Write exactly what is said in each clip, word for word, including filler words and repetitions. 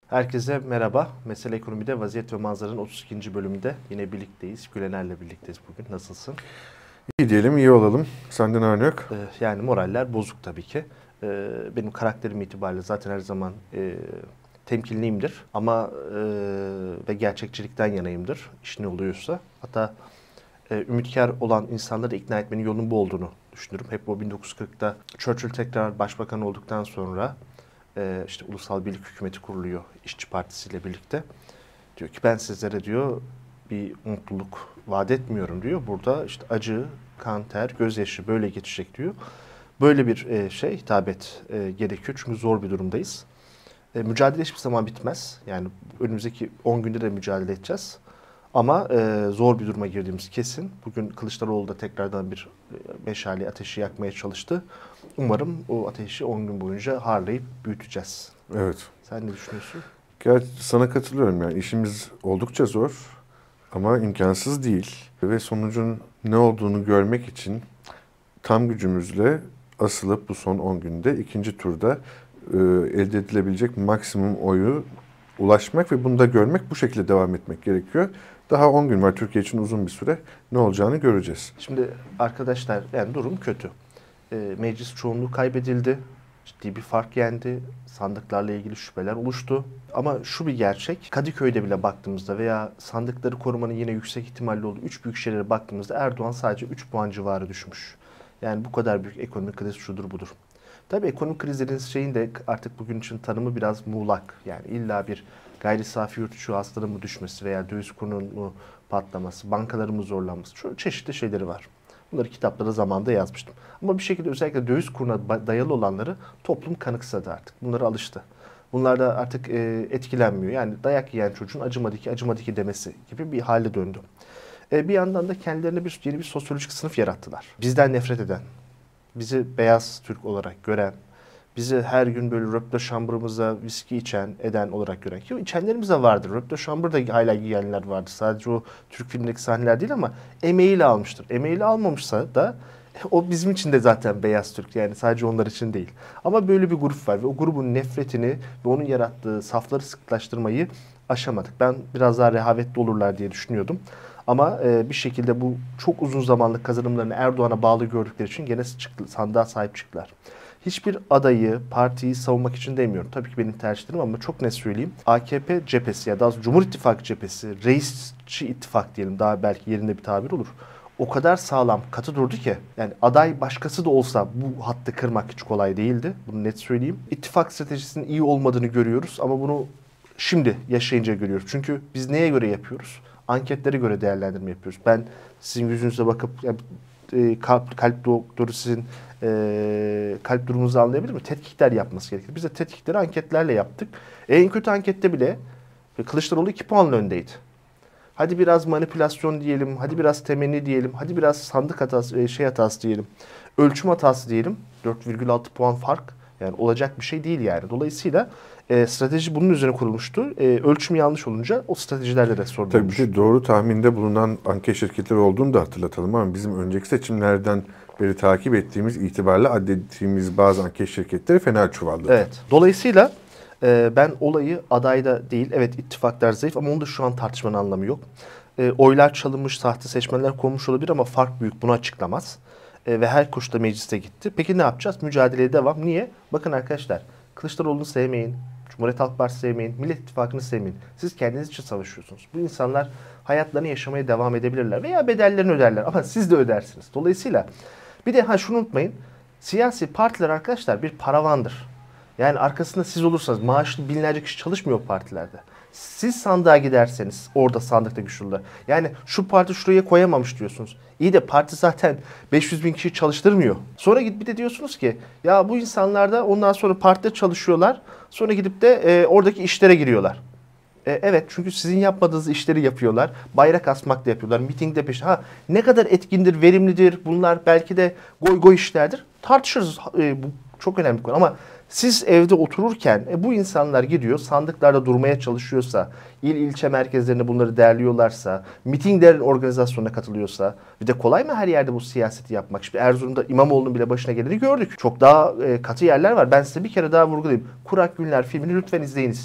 Herkese merhaba. Mesele Ekonomi'de Vaziyet ve Manzara'nın otuz ikinci bölümünde yine birlikteyiz. Gülener'le birlikteyiz bugün. Nasılsın? İyi diyelim, iyi olalım. Senden ne yok? Ee, yani moraller bozuk tabii ki. Ee, benim karakterim itibariyle zaten her zaman e, temkinliyimdir. Ama e, ve gerçekçilikten yanayımdır. İş ne oluyorsa. Hatta e, ümitkar olan insanları ikna etmenin yolunun bu olduğunu düşünürüm. Hep o bin dokuz yüz kırkta Churchill tekrar başbakan olduktan sonra e, işte Ulusal Birlik Hükümeti kuruluyor İşçi Partisi ile birlikte. Diyor ki ben sizlere diyor bir mutluluk vaat etmiyorum diyor. Burada işte acı, kan, ter, gözyaşı böyle geçecek diyor. Böyle bir e, şey hitabet e, gerekiyor çünkü zor bir durumdayız. E, mücadele hiçbir zaman bitmez. Yani önümüzdeki on günde de mücadele edeceğiz. Ama e, zor bir duruma girdiğimiz kesin. Bugün Kılıçdaroğlu da tekrardan bir e, meşale ateşi yakmaya çalıştı. Umarım o ateşi on gün boyunca harlayıp büyüteceğiz. Evet. Sen ne düşünüyorsun? Gerçi sana katılıyorum yani işimiz oldukça zor ama imkansız değil. Ve sonucun ne olduğunu görmek için tam gücümüzle asılıp bu son on günde ikinci turda e, elde edilebilecek maksimum oyu ulaşmak ve bunu da görmek, bu şekilde devam etmek gerekiyor. Daha on gün var, Türkiye için uzun bir süre. Ne olacağını göreceğiz. Şimdi arkadaşlar yani durum kötü. E, meclis çoğunluğu kaybedildi. Ciddi bir fark yendi. Sandıklarla ilgili şüpheler oluştu. Ama şu bir gerçek. Kadıköy'de bile baktığımızda veya sandıkları korumanın yine yüksek ihtimalle olduğu üç büyük şehirlere baktığımızda Erdoğan sadece üç puan civarı düşmüş. Yani bu kadar büyük ekonomik kriz şudur budur. Tabii ekonomik krizlerin şeyin de artık bugün için tanımı biraz muğlak. Yani illa bir gayri safi yurt içi hasılanın mı düşmesi veya döviz kurunun mu patlaması, bankaların mı zorlanması, şu çeşitli şeyleri var. Bunları kitaplara zamanında yazmıştım. Ama bir şekilde özellikle döviz kuruna dayalı olanları toplum kanıksadı artık. Bunlara alıştı. Bunlar da artık e, etkilenmiyor. Yani dayak yiyen çocuğun acımadı ki acımadı ki demesi gibi bir hale döndü. E, bir yandan da kendilerine bir yeni bir sosyolojik sınıf yarattılar. Bizden nefret eden, bizi beyaz Türk olarak gören, bizi her gün böyle röpte şambırımıza viski içen, eden olarak gören. Ki içenlerimiz de vardır. Röpte şambır da hala giyenler vardır. Sadece o Türk filmindeki sahneler değil ama emeğiyle almıştır. Emeğiyle almamışsa da o bizim için de zaten beyaz Türk. Yani sadece onlar için değil. Ama böyle bir grup var ve o grubun nefretini ve onun yarattığı safları sıklaştırmayı aşamadık. Ben biraz daha rehavetli olurlar diye düşünüyordum. Ama e, bir şekilde bu çok uzun zamanlık kazanımlarını Erdoğan'a bağlı gördükleri için gene çıktı, sandığa sahip çıktılar. Hiçbir adayı, partiyi savunmak için demiyorum. Tabii ki benim tercihlerim ama çok net söyleyeyim. A K P cephesi ya da Cumhur İttifakı cephesi, reisçi ittifak diyelim daha belki yerinde bir tabir olur. O kadar sağlam, katı durdu ki yani aday başkası da olsa bu hattı kırmak hiç kolay değildi. Bunu net söyleyeyim. İttifak stratejisinin iyi olmadığını görüyoruz ama bunu şimdi yaşayınca görüyoruz. Çünkü biz neye göre yapıyoruz? Anketlere göre değerlendirme yapıyoruz. Ben sizin yüzünüze bakıp yani, e, kalp, kalp doktoru sizin e, kalp durumunuzu anlayabilir mi? Tetkikler yapması gerekir. Biz de tetkikleri anketlerle yaptık. En kötü ankette bile Kılıçdaroğlu iki puanla öndeydi. Hadi biraz manipülasyon diyelim, hadi biraz temenni diyelim, hadi biraz sandık hatası, şey hatası diyelim, ölçüm hatası diyelim. dört virgül altı puan fark. Yani olacak bir şey değil yani. Dolayısıyla e, strateji bunun üzerine kurulmuştu. E, ölçüm yanlış olunca o stratejilerde de sorun Tabii olmuş. ki doğru tahminde bulunan anket şirketleri olduğunu da hatırlatalım ama bizim önceki seçimlerden beri takip ettiğimiz, itibarla adettiğimiz bazı anket şirketleri fena çuvalladı. Evet. Dolayısıyla e, ben olayı adayda değil, evet ittifaklar zayıf ama onu da şu an tartışmanın anlamı yok. E, oylar çalınmış, sahte seçmenler konmuş olabilir ama fark büyük. Bunu açıklamaz. E, ve her koşulda mecliste gitti. Peki ne yapacağız? Mücadeleye devam. Niye? Bakın arkadaşlar, Kılıçdaroğlu'nu sevmeyin, Cumhuriyet Halk Partisi sevmeyin, Millet İttifakı'nı sevmeyin. Siz kendiniz için savaşıyorsunuz. Bu insanlar hayatlarını yaşamaya devam edebilirler veya bedellerini öderler ama siz de ödersiniz. Dolayısıyla bir de ha şunu unutmayın. Siyasi partiler arkadaşlar bir paravandır. Yani arkasında siz olursanız maaşlı binlerce kişi çalışmıyor partilerde. Siz sandığa giderseniz orada sandıkta güçlüler. Yani şu parti şuraya koyamamış diyorsunuz. İyi de parti zaten beş yüz bin kişi çalıştırmıyor. Sonra gidip bir de diyorsunuz ki ya bu insanlar da ondan sonra partide çalışıyorlar. Sonra gidip de e, oradaki işlere giriyorlar. E, evet çünkü sizin yapmadığınız işleri yapıyorlar. Bayrak asmakla yapıyorlar. Mitingde peşin. Ha ne kadar etkindir, verimlidir bunlar belki de goy goy işlerdir. Tartışırız. E, bu çok önemli bir konu ama siz evde otururken e, bu insanlar gidiyor sandıklarda durmaya çalışıyorsa, il ilçe merkezlerinde bunları derliyorlarsa, mitinglerin organizasyonuna katılıyorsa, bir de kolay mı her yerde bu siyaseti yapmak? Şimdi Erzurum'da İmamoğlu'nun bile başına geleni gördük. Çok daha e, katı yerler var. Ben size bir kere daha vurgulayayım. Kurak Günler filmini lütfen izleyiniz.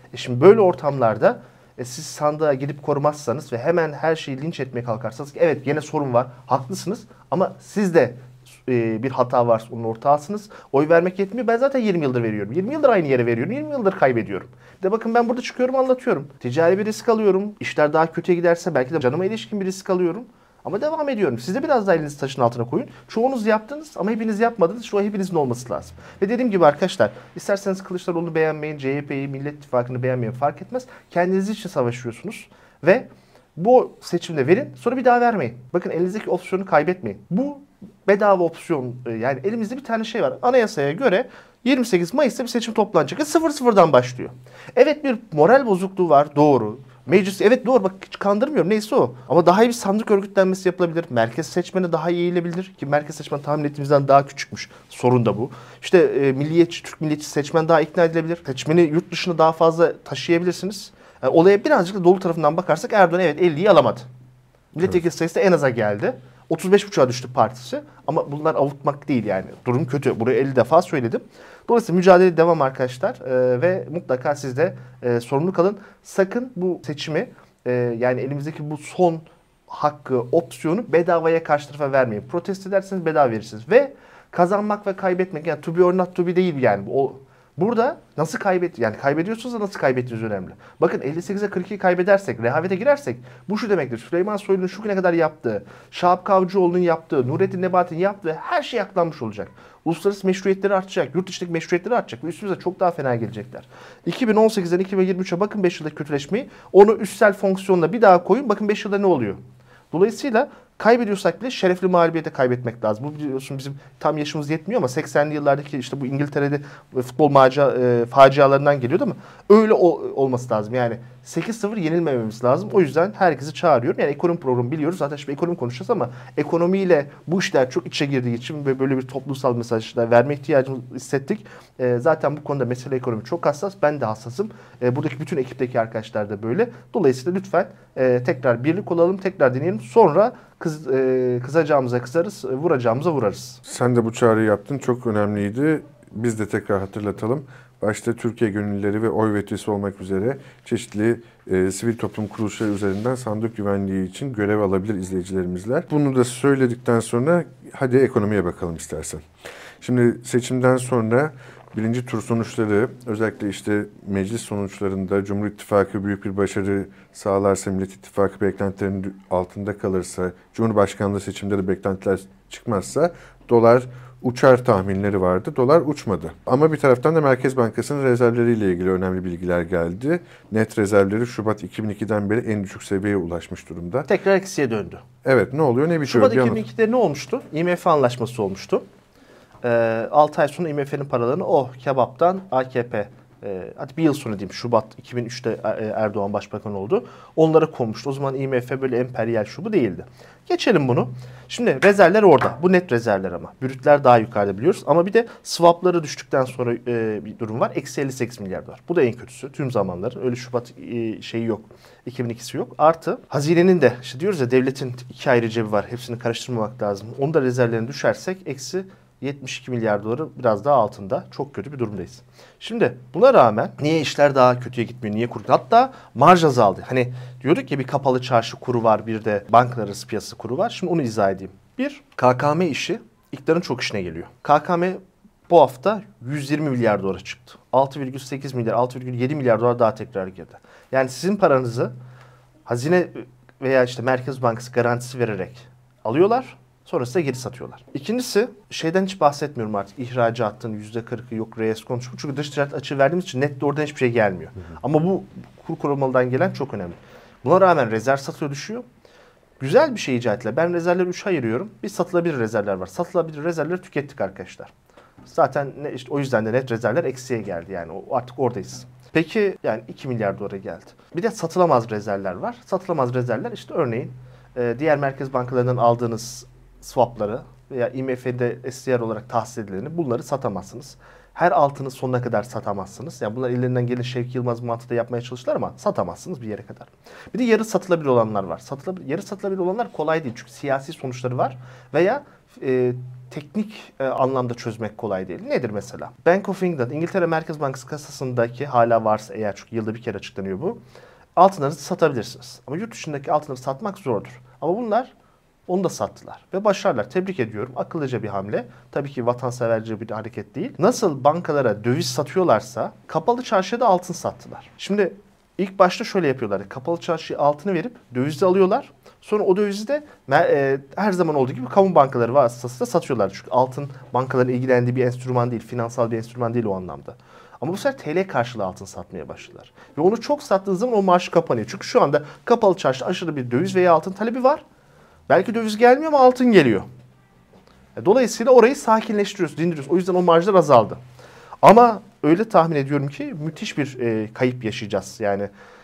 E şimdi böyle ortamlarda e siz sandığa gidip korumazsanız ve hemen her şeyi linç etmeye kalkarsanız, evet gene sorun var, haklısınız ama siz de e, bir hata varsa onun ortağısınız. Oy vermek yetmiyor. Ben zaten yirmi yıldır veriyorum. yirmi yıldır aynı yere veriyorum. yirmi yıldır kaybediyorum. Bir de bakın ben burada çıkıyorum, anlatıyorum. Ticari bir risk alıyorum. İşler daha kötüye giderse belki de canıma ilişkin bir risk alıyorum. Ama devam ediyorum. Siz de biraz daha elinizi taşın altına koyun. Çoğunuz yaptınız ama hepiniz yapmadınız. Şu an hepinizin olması lazım. Ve dediğim gibi arkadaşlar, isterseniz Kılıçdaroğlu'nu beğenmeyin, C H P'yi, Millet İttifakı'nı beğenmeyin, fark etmez. Kendiniz için savaşıyorsunuz ve bu seçimde verin, sonra bir daha vermeyin. Bakın elinizdeki opsiyonu kaybetmeyin. Bu bedava opsiyon, yani elimizde bir tane şey var. Anayasaya göre yirmi sekiz Mayıs'ta bir seçim toplanacak. sıfır sıfırdan başlıyor. Evet bir moral bozukluğu var, doğru. Meclis, evet doğru, bak hiç kandırmıyorum, neyse o. Ama daha iyi bir sandık örgütlenmesi yapılabilir. Merkez seçmeni daha iyi eğilebilir ki merkez seçmen tahmin ettiğimizden daha küçükmüş. Sorun da bu. İşte e, milliyetçi, Türk milliyetçi seçmen daha ikna edilebilir. Seçmeni yurt dışına daha fazla taşıyabilirsiniz. Yani olaya birazcık da dolu tarafından bakarsak Erdoğan evet elliyi alamadı. Milletvekili evet. sayısı da en aza geldi. otuz beş buçuğa düştü partisi. Ama bunlar avutmak değil yani. Durum kötü. Burayı elli defa söyledim. Dolayısıyla mücadele devam arkadaşlar. Ee, ve mutlaka siz de e, sorumlu kalın. Sakın bu seçimi e, yani elimizdeki bu son hakkı, opsiyonu bedavaya karşı tarafa vermeyin. Protesto ederseniz bedava verirsiniz. Ve kazanmak ve kaybetmek, yani to be or not to be değil yani. O, burada nasıl kaybet, yani kaybediyorsunuz da nasıl kaybettiğiniz önemli. Bakın elli sekize kırk iki kaybedersek, rehavete girersek bu şu demektir. Süleyman Soylu'nun şu güne kadar yaptığı, Şahap Kavcıoğlu'nun yaptığı, Nurettin Nebati'nin yaptığı her şey yaklanmış olacak. Uluslararası meşruiyetleri artacak, yurt dışındaki meşruiyetleri artacak ve üstümüze çok daha fena gelecekler. iki bin on sekizden iki bin yirmi üçe bakın beş yılda kötüleşmeyi, onu üstsel fonksiyonla bir daha koyun, bakın beş yılda ne oluyor. Dolayısıyla kaybediyorsak bile şerefli mağlubiyete kaybetmek lazım. Bu biliyorsun bizim tam yaşımız yetmiyor ama seksenli yıllardaki işte bu İngiltere'de futbol maca, e, facialarından geliyordu ama öyle o, olması lazım. Yani sekiz sıfır yenilmememiz lazım. O yüzden herkesi çağırıyorum. Yani ekonomi programı biliyoruz. Zaten şimdi ekonomi konuşacağız ama ekonomiyle bu işler çok içe girdiği için ve böyle bir toplumsal mesajlar verme ihtiyacımızı hissettik. E, zaten bu konuda mesele ekonomi çok hassas. Ben de hassasım. E, buradaki bütün ekipteki arkadaşlar da böyle. Dolayısıyla lütfen e, tekrar birlik olalım. Tekrar deneyelim. Sonra Kız, e, kızacağımıza kızarız, vuracağımıza vurarız. Sen de bu çağrıyı yaptın. Çok önemliydi. Biz de tekrar hatırlatalım. Başta Türkiye Gönüllüleri ve Oy Vetrisi olmak üzere çeşitli e, sivil toplum kuruluşları üzerinden sandık güvenliği için görev alabilir izleyicilerimizler. Bunu da söyledikten sonra hadi ekonomiye bakalım istersen. Şimdi seçimden sonra birinci tur sonuçları, özellikle işte meclis sonuçlarında Cumhur İttifakı büyük bir başarı sağlarsa, Millet İttifakı beklentilerinin altında kalırsa, Cumhurbaşkanlığı seçimde de beklentiler çıkmazsa dolar uçar tahminleri vardı. Dolar uçmadı. Ama bir taraftan da Merkez Bankası'nın rezervleriyle ilgili önemli bilgiler geldi. Net rezervleri Şubat iki bin ikiden beri en düşük seviyeye ulaşmış durumda. Tekrar eksiye döndü. Evet, ne oluyor, ne bitiyor? Şubat iki bin ikide ne olmuştu? I M F anlaşması olmuştu. Ee, altı ay sonra I M F'nin paralarını o kebaptan A K P, e, hadi bir yıl sonra diyeyim, Şubat iki bin üçte Erdoğan başbakan oldu. Onlara konmuştu. O zaman I M F böyle emperyal şu bu değildi. Geçelim bunu. Şimdi rezervler orada. Bu net rezervler ama. Brütler daha yukarıda biliyoruz. Ama bir de swapları düştükten sonra e, bir durum var. Eksi elli sekiz milyar dolar. Bu da en kötüsü. Tüm zamanların. Öyle Şubat e, şeyi yok. iki bin ikisi yok. Artı hazinenin de işte diyoruz ya, devletin iki ayrı cebi var. Hepsini karıştırmamak lazım. Onu da rezervlerini düşersek eksi yetmiş iki milyar doları biraz daha altında. Çok kötü bir durumdayız. Şimdi buna rağmen niye işler daha kötüye gitmiyor? Niye kuru? Hatta marj azaldı. Hani diyorduk ya, bir kapalı çarşı kuru var, bir de bankalar arası piyasa kuru var. Şimdi onu izah edeyim. Bir, K K M işi iktidarın çok işine geliyor. K K M bu hafta yüz yirmi milyar dolara çıktı. altı virgül sekiz milyar, altı virgül yedi milyar dolar daha tekrar girdi. Yani sizin paranızı hazine veya işte Merkez Bankası garantisi vererek alıyorlar. Sonrasında geri satıyorlar. İkincisi, şeyden hiç bahsetmiyorum artık. İhracatın yüzde kırkı yok, reyes konuşuyor. Çünkü dış ticaret açığı verdiğimiz için net de oradan hiçbir şey gelmiyor. Hı hı. Ama bu kur korumalıdan gelen çok önemli. Buna rağmen rezerv satıyor düşüyor. Güzel bir şey icat ettiler. Ben rezervleri üçe ayırıyorum. Bir satılabilir rezervler var. Satılabilir rezervleri tükettik arkadaşlar. Zaten ne, işte o yüzden de net rezervler eksiye geldi. Yani artık oradayız. Peki yani iki milyar dolara geldi. Bir de satılamaz rezervler var. Satılamaz rezervler işte örneğin diğer merkez bankalarından aldığınız swapları veya I M F'de S D R olarak tahsis edileni, bunları satamazsınız. Her altını sonuna kadar satamazsınız. Yani bunlar ellerinden gelen Şevki Yılmaz mantığı yapmaya çalıştılar ama satamazsınız bir yere kadar. Bir de yarı satılabilir olanlar var. Satılabilir, yarı satılabilir olanlar kolay değil çünkü siyasi sonuçları var veya e, teknik e, anlamda çözmek kolay değil. Nedir mesela? Bank of England, İngiltere Merkez Bankası kasasındaki hala varsa eğer, çünkü yılda bir kere açıklanıyor bu. Altınlarınızı satabilirsiniz. Ama yurt dışındaki altınları satmak zordur. Ama bunlar onu da sattılar ve başarılar. Tebrik ediyorum. Akıllıca bir hamle. Tabii ki vatanseverce bir hareket değil. Nasıl bankalara döviz satıyorlarsa kapalı çarşıya da altın sattılar. Şimdi ilk başta şöyle yapıyorlar. Kapalı çarşıya altını verip dövizi alıyorlar. Sonra o dövizi de e, her zaman olduğu gibi kamu bankaları vasıtasıyla satıyorlar. Çünkü altın bankaların ilgilendiği bir enstrüman değil, finansal bir enstrüman değil o anlamda. Ama bu sefer T L karşılığı altın satmaya başladılar. Ve onu çok sattığı zaman o marşı kapanıyor. Çünkü şu anda kapalı çarşıda aşırı bir döviz veya altın talebi var. Belki döviz gelmiyor ama altın geliyor. Dolayısıyla orayı sakinleştiriyoruz, dindiriyoruz. O yüzden o marjlar azaldı. Ama öyle tahmin ediyorum ki müthiş bir e, kayıp yaşayacağız. Yani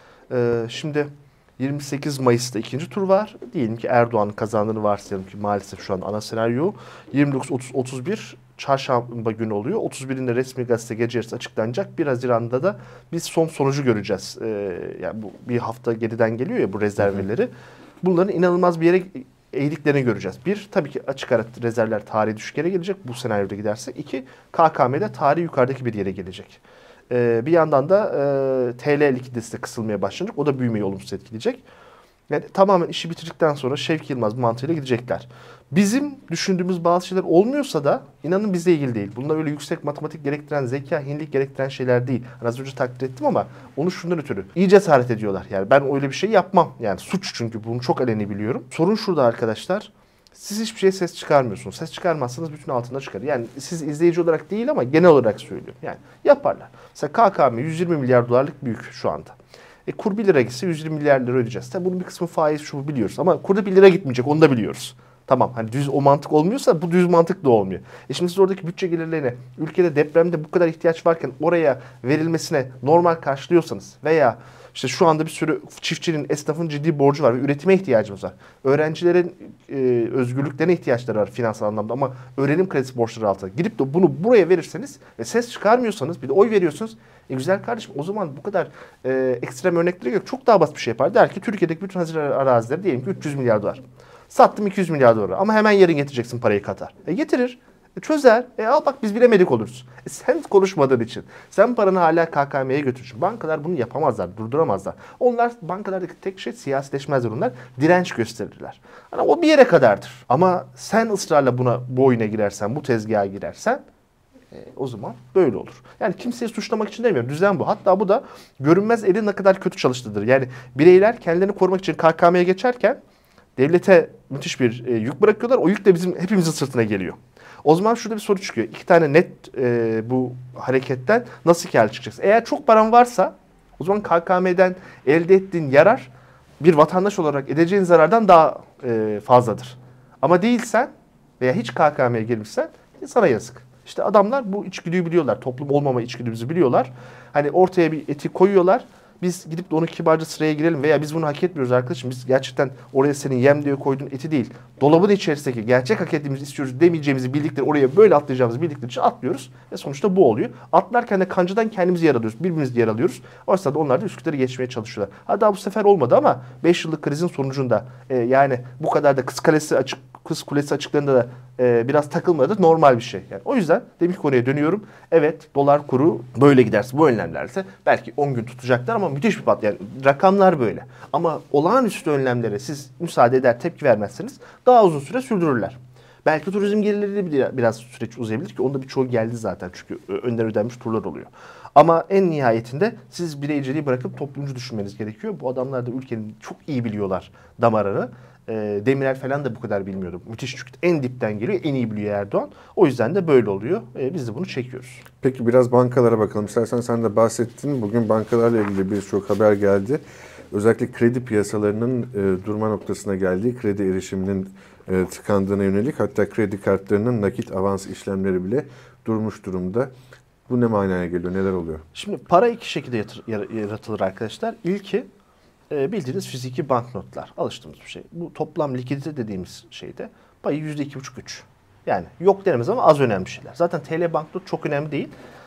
e, şimdi yirmi sekiz Mayıs'ta ikinci tur var. Diyelim ki Erdoğan kazandığını varsayalım ki maalesef şu an ana senaryo. yirmi dokuz otuz otuz bir çarşamba günü oluyor. otuz birinde resmi gazete gece yarısı açıklanacak. bir Haziran'da da biz son sonucu göreceğiz. Ee, yani bu bir hafta geriden geliyor ya bu rezervleri. Bunların inanılmaz bir yere eğiliklerini göreceğiz. Bir, tabii ki açık ara rezervler tarihi düşük yere gelecek bu senaryoda giderse. İki, K K M'de tarihi yukarıdaki bir yere gelecek. Ee, bir yandan da e, T L likiditesi de kısılmaya başlanacak. O da büyümeyi olumsuz etkileyecek. Yani tamamen işi bitirdikten sonra Şevki Yılmaz mantığıyla gidecekler. Bizim düşündüğümüz bazı şeyler olmuyorsa da inanın bizle ilgili değil. Bunlar öyle yüksek matematik gerektiren, zeka, hinlik gerektiren şeyler değil. Yani az önce takdir ettim ama onu şundan ötürü. İyi cesaret ediyorlar. Yani ben öyle bir şey yapmam. Yani suç, çünkü bunu çok aleni biliyorum. Sorun şurada arkadaşlar. Siz hiçbir şeye ses çıkarmıyorsunuz. Ses çıkarmazsanız bütün altında çıkar. Yani siz izleyici olarak değil ama genel olarak söylüyorum. Yani yaparlar. Mesela K K M yüz yirmi milyar dolarlık büyük şu anda. E kur bir lira gitse yüz yirmi milyar lira ödeyeceğiz. Tabii bunun bir kısmı faiz, şu biliyoruz. Ama kurda bir lira gitmeyecek, onu da biliyoruz. Tamam, hani düz o mantık olmuyorsa bu düz mantık da olmuyor. E şimdi siz oradaki bütçe gelirlerine, ülkede depremde bu kadar ihtiyaç varken oraya verilmesine normal karşılıyorsanız veya işte şu anda bir sürü çiftçinin, esnafın ciddi borcu var ve üretime ihtiyacımız var. Öğrencilerin e, özgürlüklerine ihtiyaçları var finansal anlamda ama öğrenim kredisi borçları altında. Gidip de bunu buraya verirseniz ve ses çıkarmıyorsanız, bir de oy veriyorsunuz. E güzel kardeşim, o zaman bu kadar e, ekstrem örneklere göre çok daha basit bir şey yapar. Der ki Türkiye'deki bütün hazır arazileri diyelim ki üç yüz milyar dolar. Sattım iki yüz milyar dolar ama hemen yarın getireceksin parayı Katar. E getirir. E çözer. E al bak biz bilemedik oluruz. E sen konuşmadığın için. Sen paranı hala K K M'ye götürürsün. Bankalar bunu yapamazlar, durduramazlar. Onlar, bankalardaki tek şey siyasileşmezler onlar. Direnç gösterirler. Hani o bir yere kadardır. Ama sen ısrarla buna, bu oyuna girersen, bu tezgaha girersen e, o zaman böyle olur. Yani kimseyi suçlamak için demiyorum. Düzen bu. Hatta bu da görünmez elin ne kadar kötü çalıştığıdır. Yani bireyler kendilerini korumak için K K M'ye geçerken devlete müthiş bir e, yük bırakıyorlar. O yük de bizim hepimizin sırtına geliyor. O zaman şurada bir soru çıkıyor. İki tane net e, bu hareketten nasıl kâr çıkacaksın? Eğer çok paran varsa o zaman K K M'den elde ettiğin yarar bir vatandaş olarak edeceğin zarardan daha e, fazladır. Ama değilsen veya hiç K K M'ye girmişsen sana yazık. İşte adamlar bu içgüdüyü biliyorlar. Toplum olmama içgüdümüzü biliyorlar. Hani ortaya bir etik koyuyorlar. Biz gidip de onu kibarca sıraya girelim veya biz bunu hak etmiyoruz arkadaşım. Biz gerçekten oraya senin yem diye koyduğun eti değil, dolabın içerisindeki gerçek hak ettiğimizi istiyoruz demeyeceğimizi bildikleri, oraya böyle atlayacağımızı bildikleri için atlıyoruz. Ve sonuçta bu oluyor. Atlarken de kancadan kendimizi yaralıyoruz. Birbirimizi yaralıyoruz. Oysa da onlar da Üsküdar'ı geçmeye çalışıyorlar. Hatta bu sefer olmadı ama beş yıllık krizin sonucunda e, yani bu kadar da Kız Kalesi açık Kız Kulesi açıklarında da e, biraz takılmadı, normal bir şey. Yani o yüzden deminki konuya dönüyorum. Evet, dolar kuru böyle giderse, bu önlemlerse belki on gün tutacaklar ama müthiş bir pat. Yani rakamlar böyle. Ama olağanüstü önlemlere siz müsaade eder, tepki vermezseniz daha uzun süre sürdürürler. Belki turizm gelirleri de biraz süreç uzayabilir ki onda birçoğu geldi zaten çünkü önden ödenmiş turlar oluyor. Ama en nihayetinde siz bireyciliği bırakıp toplumcu düşünmeniz gerekiyor. Bu adamlar da ülkenin çok iyi biliyorlar damarını. E, Demirel falan da bu kadar bilmiyordu. Müthiş, çünkü en dipten geliyor, en iyi biliyor Erdoğan. O yüzden de böyle oluyor. E, biz de bunu çekiyoruz. Peki biraz bankalara bakalım. İstersen sen de bahsettin. Bugün bankalarla ilgili birçok haber geldi. Özellikle kredi piyasalarının e, durma noktasına geldiği, kredi erişiminin e, tıkandığına yönelik, hatta kredi kartlarının nakit avans işlemleri bile durmuş durumda. Bu ne manaya geliyor? Neler oluyor? Şimdi para iki şekilde yatır, yaratılır arkadaşlar. İlki e, bildiğiniz fiziki banknotlar. Alıştığımız bir şey. Bu toplam likidite dediğimiz şeyde payı yüzde iki buçuk üç. Yani yok denemez ama az önemli şeyler. Zaten T L banknot çok önemli değil.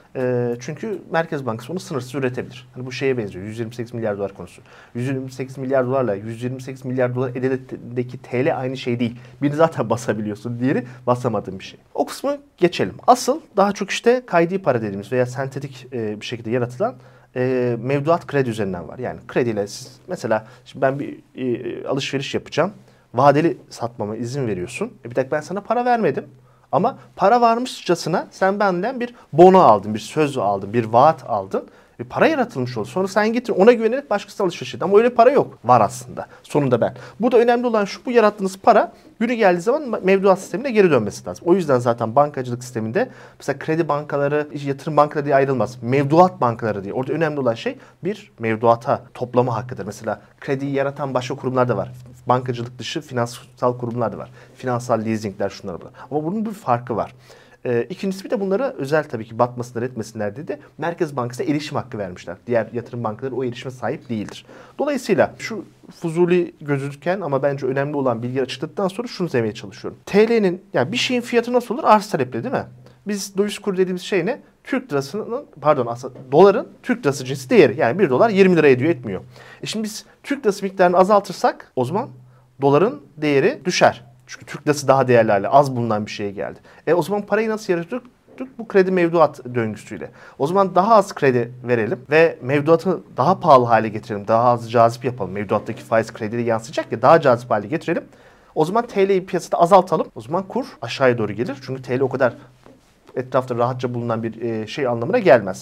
E, çünkü Merkez Bankası onu sınırsız üretebilir. Hani bu şeye benziyor. yüz yirmi sekiz milyar dolar konusu. yüz yirmi sekiz milyar dolarla yüz yirmi sekiz milyar dolar edetteki T L aynı şey değil. Birini zaten basabiliyorsun, diğeri basamadığın bir şey. O kısmı geçelim. Asıl daha çok işte kaydi para dediğimiz veya sentetik e, bir şekilde yaratılan e, mevduat kredi üzerinden var. Yani krediyle siz mesela şimdi ben bir e, alışveriş yapacağım. Vadeli satmama izin veriyorsun. E, bir dakika ben sana para vermedim. Ama para varmışçasına sen benden bir bono aldın, bir söz aldın, bir vaat aldın. E, para yaratılmış oldu. Sonra sen gittin ona güvenerek başkasına alışveriş ettin. Ama öyle para yok. Var aslında. Sonunda ben. Burada önemli olan şu, bu yarattığınız para günü geldiği zaman mevduat sistemine geri dönmesi lazım. O yüzden zaten bankacılık sisteminde mesela kredi bankaları, yatırım bankaları diye ayrılmaz. Mevduat bankaları diye. Orada önemli olan şey bir mevduata toplama hakkıdır. Mesela krediyi yaratan başka kurumlar da var. Bankacılık dışı finansal kurumlar da var. Finansal leasingler, şunlar bunlar. Ama bunun bir farkı var. Ee, ikincisi bir de bunlara özel tabii ki batmasınlar etmesinler diye de Merkez Bankası'na erişim hakkı vermişler. Diğer yatırım bankaları o erişime sahip değildir. Dolayısıyla şu fuzuli gözüken ama bence önemli olan bilgiyi açıkladıktan sonra şunu demeye çalışıyorum. T L'nin yani bir şeyin fiyatı nasıl olur? Arz taleple değil mi? Biz döviz kuru dediğimiz şey ne? Türk lirasının pardon aslında doların Türk lirası cinsi değeri. Yani bir dolar yirmi lira ediyor, etmiyor. E şimdi biz Türk lirası miktarını azaltırsak o zaman doların değeri düşer. Çünkü Türk lirası daha değerli hale, az bulunan bir şeye geldi. E o zaman parayı nasıl yarattık? Bu kredi mevduat döngüsüyle. O zaman daha az kredi verelim ve mevduatı daha pahalı hale getirelim. Daha az cazip yapalım. Mevduattaki faiz krediye yansıyacak ya, daha cazip hale getirelim. O zaman T L'yi piyasada azaltalım. O zaman kur aşağıya doğru gelir. Çünkü T L o kadar etrafta rahatça bulunan bir şey anlamına gelmez.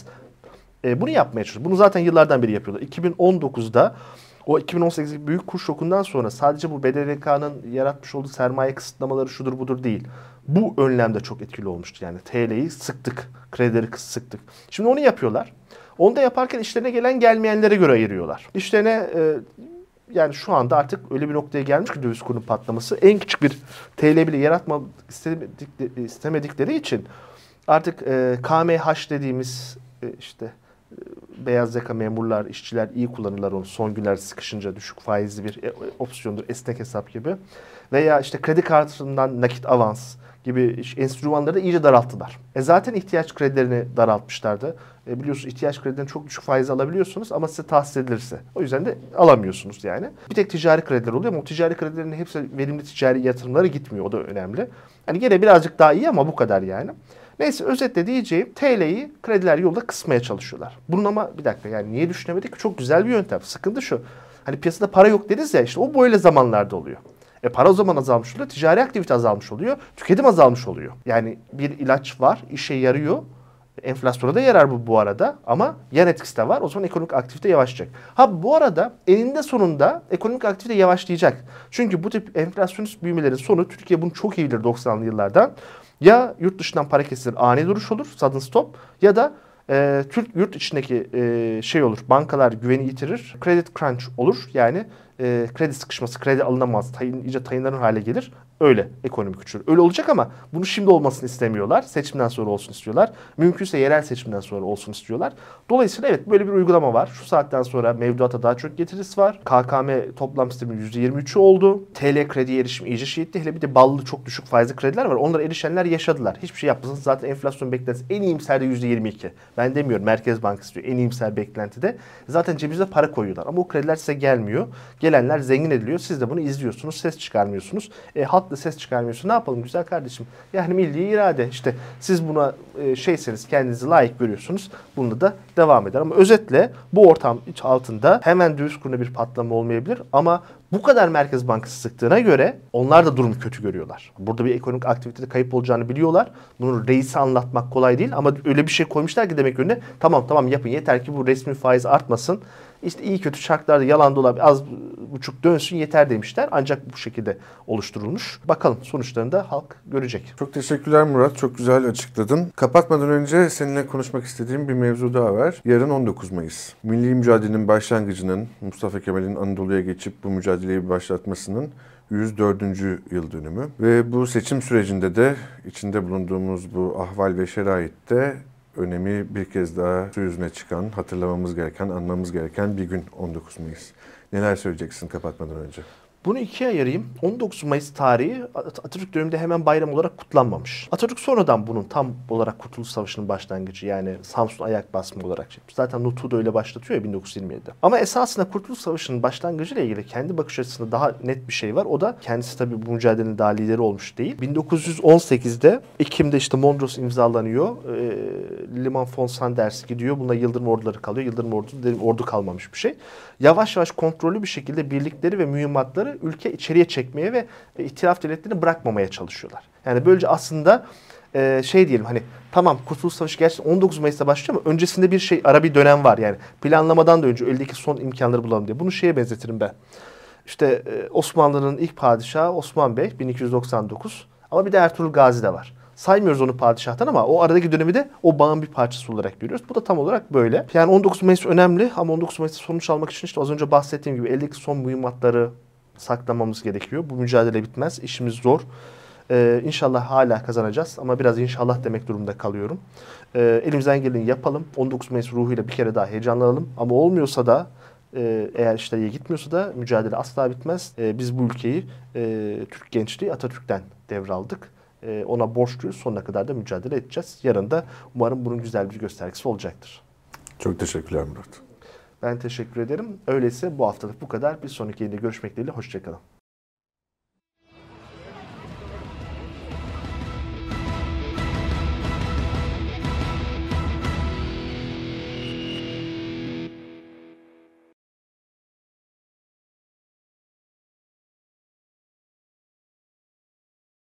E, bunu yapmaya çalışıyor. Bunu zaten yıllardan beri yapıyorlar. iki bin on dokuzda o iki bin on sekizdeki büyük kur şokundan sonra sadece bu B D D K'nın yaratmış olduğu sermaye kısıtlamaları şudur budur değil. Bu önlemde çok etkili olmuştu. Yani T L'yi sıktık, kredileri sıktık. Şimdi onu yapıyorlar. Onu da yaparken işlerine gelen gelmeyenlere göre ayırıyorlar. İşlerine e, yani şu anda artık öyle bir noktaya gelmiş ki döviz kurunun patlaması. En küçük bir T L bile yaratmak istemedikleri, istemedikleri için artık e, K M H dediğimiz e, işte beyaz yaka memurlar, işçiler iyi kullanırlar onu. Son günler sıkışınca düşük faizli bir opsiyondur, esnek hesap gibi. Veya işte kredi kartından nakit avans gibi enstrümanları iyice daralttılar. E zaten ihtiyaç kredilerini daraltmışlardı. E biliyorsunuz ihtiyaç kredilerini çok düşük faiz alabiliyorsunuz ama size tahsis edilirse. O yüzden de alamıyorsunuz yani. Bir tek ticari krediler oluyor ama o ticari kredilerin hepsi verimli ticari yatırımlara gitmiyor. O da önemli. Hani gene birazcık daha iyi ama bu kadar yani. Neyse özetle diyeceğim T L'yi krediler yolda kısmaya çalışıyorlar. Bunun ama bir dakika yani niye düşünemedik? Çok güzel bir yöntem. Sıkıntı şu. Hani piyasada para yok deriz ya, işte o böyle zamanlarda oluyor. E para o zaman azalmış oluyor. Ticari aktivite azalmış oluyor. Tüketim azalmış oluyor. Yani bir ilaç var, işe yarıyor. Enflasyona da yarar bu bu arada ama yan etkisi de var. O zaman ekonomik aktivite yavaşlayacak. Ha bu arada eninde sonunda ekonomik aktivite yavaşlayacak. Çünkü bu tip enflasyonist büyümelerin sonu, Türkiye bunu çok iyi bilir doksanlı yıllardan. Ya yurt dışından para kesilir, ani duruş olur, sudden stop, ya da e, Türk yurt içindeki e, şey olur, bankalar güveni yitirir, credit crunch olur. Yani e, kredi sıkışması, kredi alınamaz, tayın, iyice tayınların hale gelir. Öyle ekonomik küçülür. Öyle olacak ama bunu şimdi olmasını istemiyorlar. Seçimden sonra olsun istiyorlar. Mümkünse yerel seçimden sonra olsun istiyorlar. Dolayısıyla evet böyle bir uygulama var. Şu saatten sonra mevduata daha çok getirisi var. K K M toplam sistemin yüzde yirmi üçü oldu. T L krediye erişim iyice şiddetli. Hele bir de ballı çok düşük faizli krediler var. Onlara erişenler yaşadılar. Hiçbir şey yapmasanız zaten enflasyon beklentisi en iyimser de yüzde yirmi iki. Ben demiyorum, Merkez Bankası diyor en iyimser beklentide. Zaten cebinize para koyuyorlar. Ama o krediler size gelmiyor. Gelenler zengin ediliyor. Siz de bunu izliyorsunuz. Ses çıkarmıyorsunuz. E, halk da ses çıkarmıyorsun. Ne yapalım güzel kardeşim? Yani milli irade. İşte siz buna e, şeyseniz, kendinizi layık görüyorsunuz. Bunda da devam eder. Ama özetle bu ortam altında hemen döviz kuruna bir patlama olmayabilir. Ama bu kadar Merkez Bankası sıktığına göre onlar da durumu kötü görüyorlar. Burada bir ekonomik aktivitede kayıp olacağını biliyorlar. Bunu reise anlatmak kolay değil ama öyle bir şey koymuşlar ki demek önüne tamam tamam yapın, yeter ki bu resmi faiz artmasın. İşte iyi kötü şartlarda yalan dolar az buçuk dönsün yeter demişler. Ancak bu şekilde oluşturulmuş. Bakalım sonuçlarını da halk görecek. Çok teşekkürler Murat. Çok güzel açıkladın. Kapatmadan önce seninle konuşmak istediğim bir mevzu daha var. Yarın on dokuz Mayıs. Milli mücadelenin başlangıcının, Mustafa Kemal'in Anadolu'ya geçip bu mücadeleyi başlatmasının yüz dördüncü yıl dönümü. Ve bu seçim sürecinde de içinde bulunduğumuz bu ahval ve şeraitte önemi bir kez daha su yüzüne çıkan, hatırlamamız gereken, anmamız gereken bir gün on dokuz Mayıs. Neler söyleyeceksin kapatmadan önce? Bunu ikiye ayırayım. on dokuz Mayıs tarihi Atatürk döneminde hemen bayram olarak kutlanmamış. Atatürk sonradan bunun tam olarak Kurtuluş Savaşı'nın başlangıcı, yani Samsun ayak basma olarak şey. Zaten Nutuk'u da öyle başlatıyor ya bin dokuz yüz yirmi yedide. Ama esasında Kurtuluş Savaşı'nın başlangıcıyla ilgili kendi bakış açısında daha net bir şey var. O da kendisi tabii bu mücadelenin daha lideri olmuş değil. bin dokuz yüz on sekizde Ekim'de işte Mondros imzalanıyor. E, Liman von Sanders gidiyor. Bunda Yıldırım orduları kalıyor. Yıldırım ordusu dedim, ordu kalmamış bir şey. Yavaş yavaş kontrollü bir şekilde birlikleri ve mühimmatları ülke içeriye çekmeye ve itilaf devletlerini bırakmamaya çalışıyorlar. Yani böylece aslında e, şey diyelim, hani tamam Kurtuluş Savaşı gerçekten on dokuz Mayıs'ta başlıyor ama öncesinde bir şey, ara bir dönem var yani. Planlamadan da önce eldeki son imkanları bulalım diye. Bunu şeye benzetirim ben. İşte e, Osmanlı'nın ilk padişahı Osman Bey bin iki yüz doksan dokuz, ama bir de Ertuğrul Gazi de var. Saymıyoruz onu padişahtan ama o aradaki dönemi de o bağın bir parçası olarak görüyoruz. Bu da tam olarak böyle. Yani on dokuz Mayıs önemli ama on dokuz Mayıs'ta sonuç almak için işte az önce bahsettiğim gibi eldeki son mühimmatları saklamamız gerekiyor. Bu mücadele bitmez. İşimiz zor. Ee, inşallah hala kazanacağız ama biraz inşallah demek durumunda kalıyorum. Ee, elimizden geleni yapalım. on dokuz Mayıs ruhuyla bir kere daha heyecanlanalım. Ama olmuyorsa da e, eğer işler iyi gitmiyorsa da mücadele asla bitmez. E, biz bu ülkeyi e, Türk gençliği Atatürk'ten devraldık. E, ona borçluyuz. Sonuna kadar da mücadele edeceğiz. Yarın da umarım bunun güzel bir göstergesi olacaktır. Çok teşekkürler Murat. Ben teşekkür ederim. Öyleyse bu haftalık bu kadar. Bir sonraki yayında görüşmek dileğiyle. Hoşçakalın.